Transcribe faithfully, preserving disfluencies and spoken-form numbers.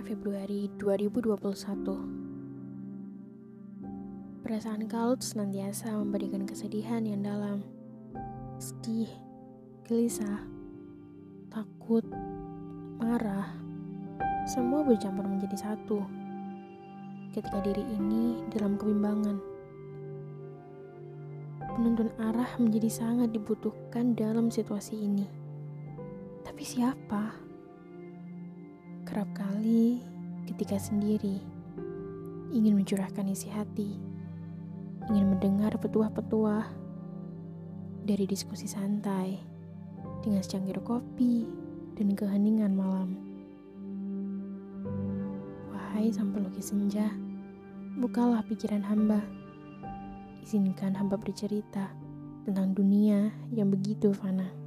sembilan Februari dua ribu dua puluh satu. Perasaan kalut senantiasa memberikan kesedihan yang dalam. Sedih, gelisah, takut, marah, semua bercampur menjadi satu. Ketika diri ini dalam kebimbangan, penuntun arah menjadi sangat dibutuhkan dalam situasi ini. Tapi siapa? Kerap kali ketika sendiri, ingin mencurahkan isi hati, ingin mendengar petuah-petuah dari diskusi santai dengan secangkir kopi dan keheningan malam. Wahai sang pelukis senja, bukalah pikiran hamba. Izinkan hamba bercerita tentang dunia yang begitu fana.